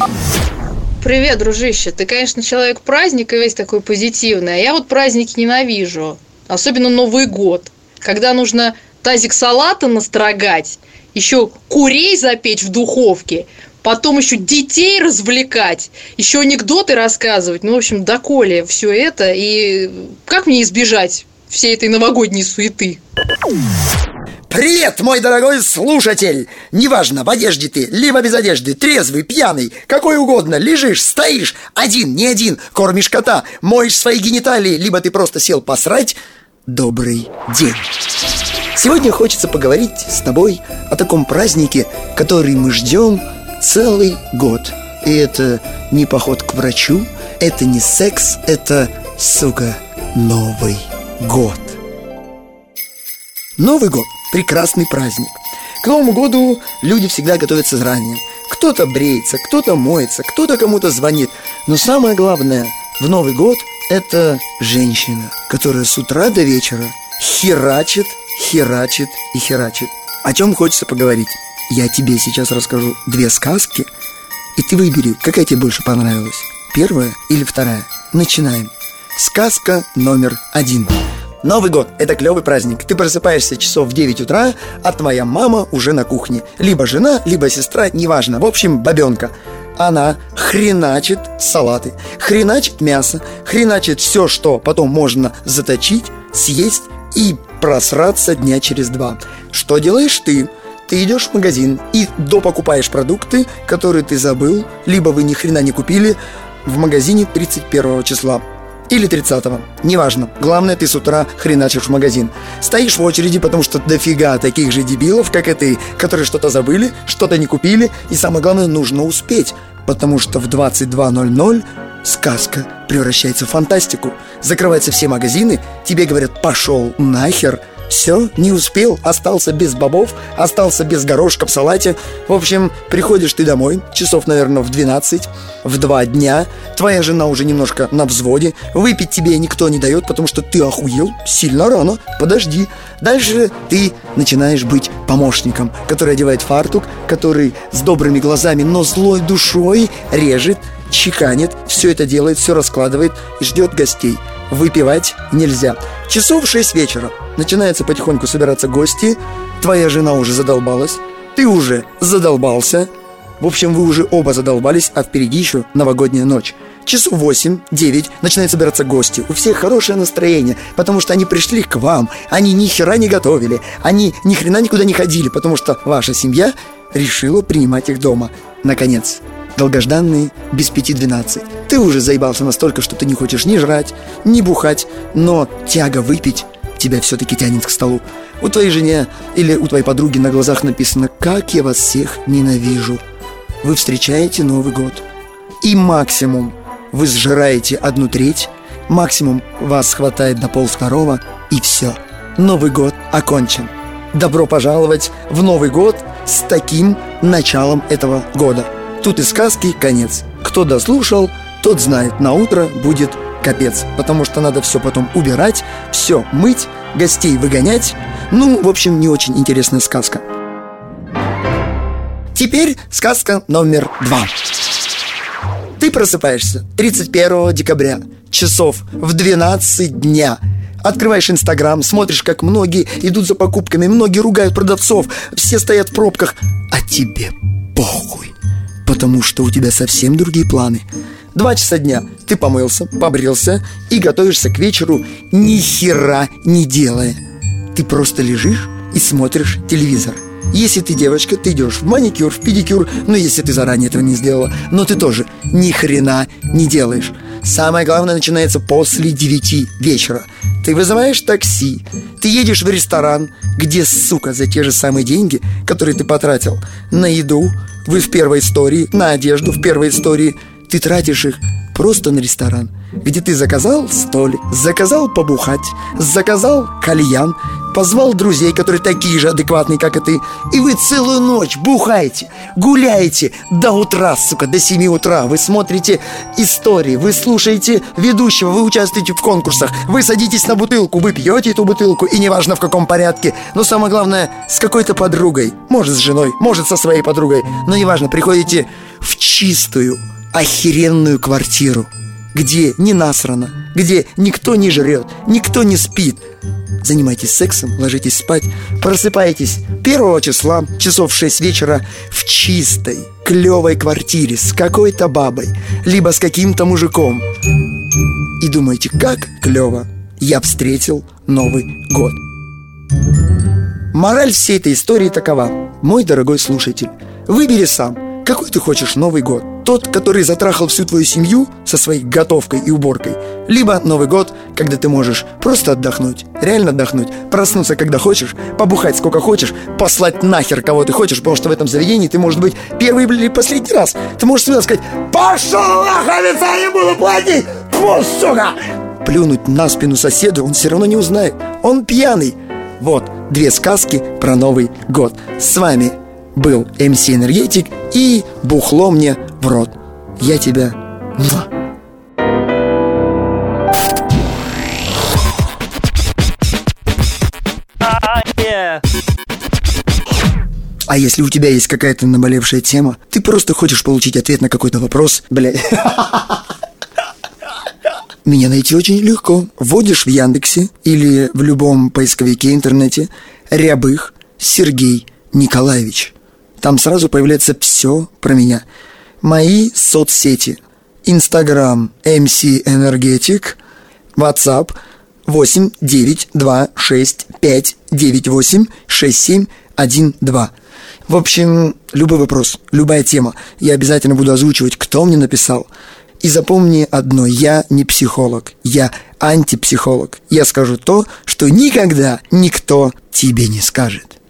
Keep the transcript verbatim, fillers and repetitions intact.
Привет, дружище. Ты, конечно, человек праздника, весь такой позитивный, а я вот праздники ненавижу. Особенно Новый год, когда нужно тазик салата настрогать, еще курей запечь в духовке, потом еще детей развлекать, еще анекдоты рассказывать. Ну, в общем, доколе все это, и как мне избежать всей этой новогодней суеты? Привет, мой дорогой слушатель! Неважно, в одежде ты, либо без одежды, трезвый, пьяный, какой угодно, лежишь, стоишь, один, не один, кормишь кота, моешь свои гениталии, либо ты просто сел посрать. Добрый день! Сегодня хочется поговорить с тобой о таком празднике, который мы ждем целый год. И это не поход к врачу, это не секс, это, сука, Новый год. Новый год – прекрасный праздник. К Новому году люди всегда готовятся заранее. Кто-то бреется, кто-то моется, кто-то кому-то звонит. Но самое главное в Новый год – это женщина, которая с утра до вечера херачит, херачит и херачит. О чем хочется поговорить? Я тебе сейчас расскажу две сказки, и ты выбери, какая тебе больше понравилась, первая или вторая. Начинаем. Сказка номер один. Новый год – это клевый праздник. Ты просыпаешься часов в девять утра, а твоя мама уже на кухне. Либо жена, либо сестра, неважно. В общем, бабенка. Она хреначит салаты, хреначит мясо, хреначит все, что потом можно заточить, съесть и просраться дня через два. Что делаешь ты? Ты идешь в магазин и допокупаешь продукты, которые ты забыл, либо вы ни хрена не купили в магазине тридцать первого числа. Или тридцатого, неважно. Главное, ты с утра хреначишь в магазин. Стоишь в очереди, потому что дофига таких же дебилов, как и ты, которые что-то забыли, что-то не купили. И самое главное, нужно успеть, потому что в двадцать два ноль ноль сказка превращается в фантастику. Закрываются все магазины, тебе говорят: пошел нахер. Все, не успел, остался без бобов, остался без горошка в салате. В общем, приходишь ты домой, часов, наверное, в двенадцать, в два дня. Твоя жена уже немножко на взводе. Выпить тебе никто не дает, потому что ты охуел сильно рано. Подожди. Дальше ты начинаешь быть помощником, который одевает фартук, который с добрыми глазами, но злой душой режет, чеканит, все это делает, все раскладывает и ждет гостей. Выпивать нельзя. Часов в шесть вечера начинается потихоньку собираться гости. Твоя жена уже задолбалась, ты уже задолбался. В общем, вы уже оба задолбались, а впереди еще новогодняя ночь. Часов восемь-девять начинают собираться гости. У всех хорошее настроение, потому что они пришли к вам. Они ни хера не готовили, они ни хрена никуда не ходили, потому что ваша семья решила принимать их дома. Наконец, долгожданные без пяти двенадцать. Ты уже заебался настолько, что ты не хочешь ни жрать, ни бухать, но тяга выпить тебя все-таки тянет к столу. У твоей жены или у твоей подруги на глазах написано: «Как я вас всех ненавижу». Вы встречаете Новый год, и максимум вы сжираете одну треть, максимум вас хватает на полвторого, и все. Новый год окончен. Добро пожаловать в Новый год с таким началом этого года. Тут и сказки конец. Кто дослушал, тот знает, на утро будет капец, потому что надо все потом убирать, все мыть, гостей выгонять. Ну, в общем, не очень интересная сказка. Теперь сказка номер два. Ты просыпаешься тридцать первого декабря, часов в двенадцать дня. Открываешь Инстаграм, смотришь, как многие идут за покупками, многие ругают продавцов, все стоят в пробках, а тебе похуй, потому что у тебя совсем другие планы. Два часа дня ты помылся, побрился и готовишься к вечеру, ни хера не делая. Ты просто лежишь и смотришь телевизор. Если ты девочка, ты идешь в маникюр, в педикюр. Ну, если ты заранее этого не сделала. Но ты тоже ни хрена не делаешь. Самое главное начинается после девяти вечера. Ты вызываешь такси, ты едешь в ресторан, где, сука, за те же самые деньги, которые ты потратил на еду, вы в первой истории, на одежду в первой истории, ты тратишь их просто на ресторан, где ты заказал столик, заказал побухать, заказал кальян, позвал друзей, которые такие же адекватные, как и ты, и вы целую ночь бухаете, гуляете до утра, сука, до семи утра. Вы смотрите истории, вы слушаете ведущего, вы участвуете в конкурсах, вы садитесь на бутылку, вы пьете эту бутылку, и неважно в каком порядке, но самое главное, с какой-то подругой, может с женой, может со своей подругой, но неважно, приходите в чистую, охеренную квартиру, где не насрано, где никто не жрет, никто не спит. Занимайтесь сексом, ложитесь спать, просыпаетесь первого числа, часов в шесть вечера, в чистой, клевой квартире с какой-то бабой, либо с каким-то мужиком. И думаете, как клево я встретил Новый год. Мораль всей этой истории такова: мой дорогой слушатель, выбери сам, какой ты хочешь Новый год. Тот, который затрахал всю твою семью со своей готовкой и уборкой, либо Новый год, когда ты можешь просто отдохнуть, реально отдохнуть, проснуться когда хочешь, побухать сколько хочешь, послать нахер кого ты хочешь, потому что в этом заведении ты, может быть, первый или последний раз. Ты можешь смело сказать: пошел нахуй, я не буду платить, фу, сука! Плюнуть на спину соседу он все равно не узнает, он пьяный. Вот две сказки про Новый год. С вами был эм си Энергетик и бухло мне в рот. Я тебя... А если у тебя есть какая-то наболевшая тема, ты просто хочешь получить ответ на какой-то вопрос, блядь, меня найти очень легко. Вводишь в Яндексе или в любом поисковике интернете Рябых Сергей Николаевич. Там сразу появляется все про меня. Мои соцсети: Инстаграм эм си Энергетик, WhatsApp восемь девять два шесть пять девять восемь шесть семь один два. В общем, любой вопрос, любая тема, я обязательно буду озвучивать, кто мне написал. И запомни одно: я не психолог, я антипсихолог. Я скажу то, что никогда никто тебе не скажет.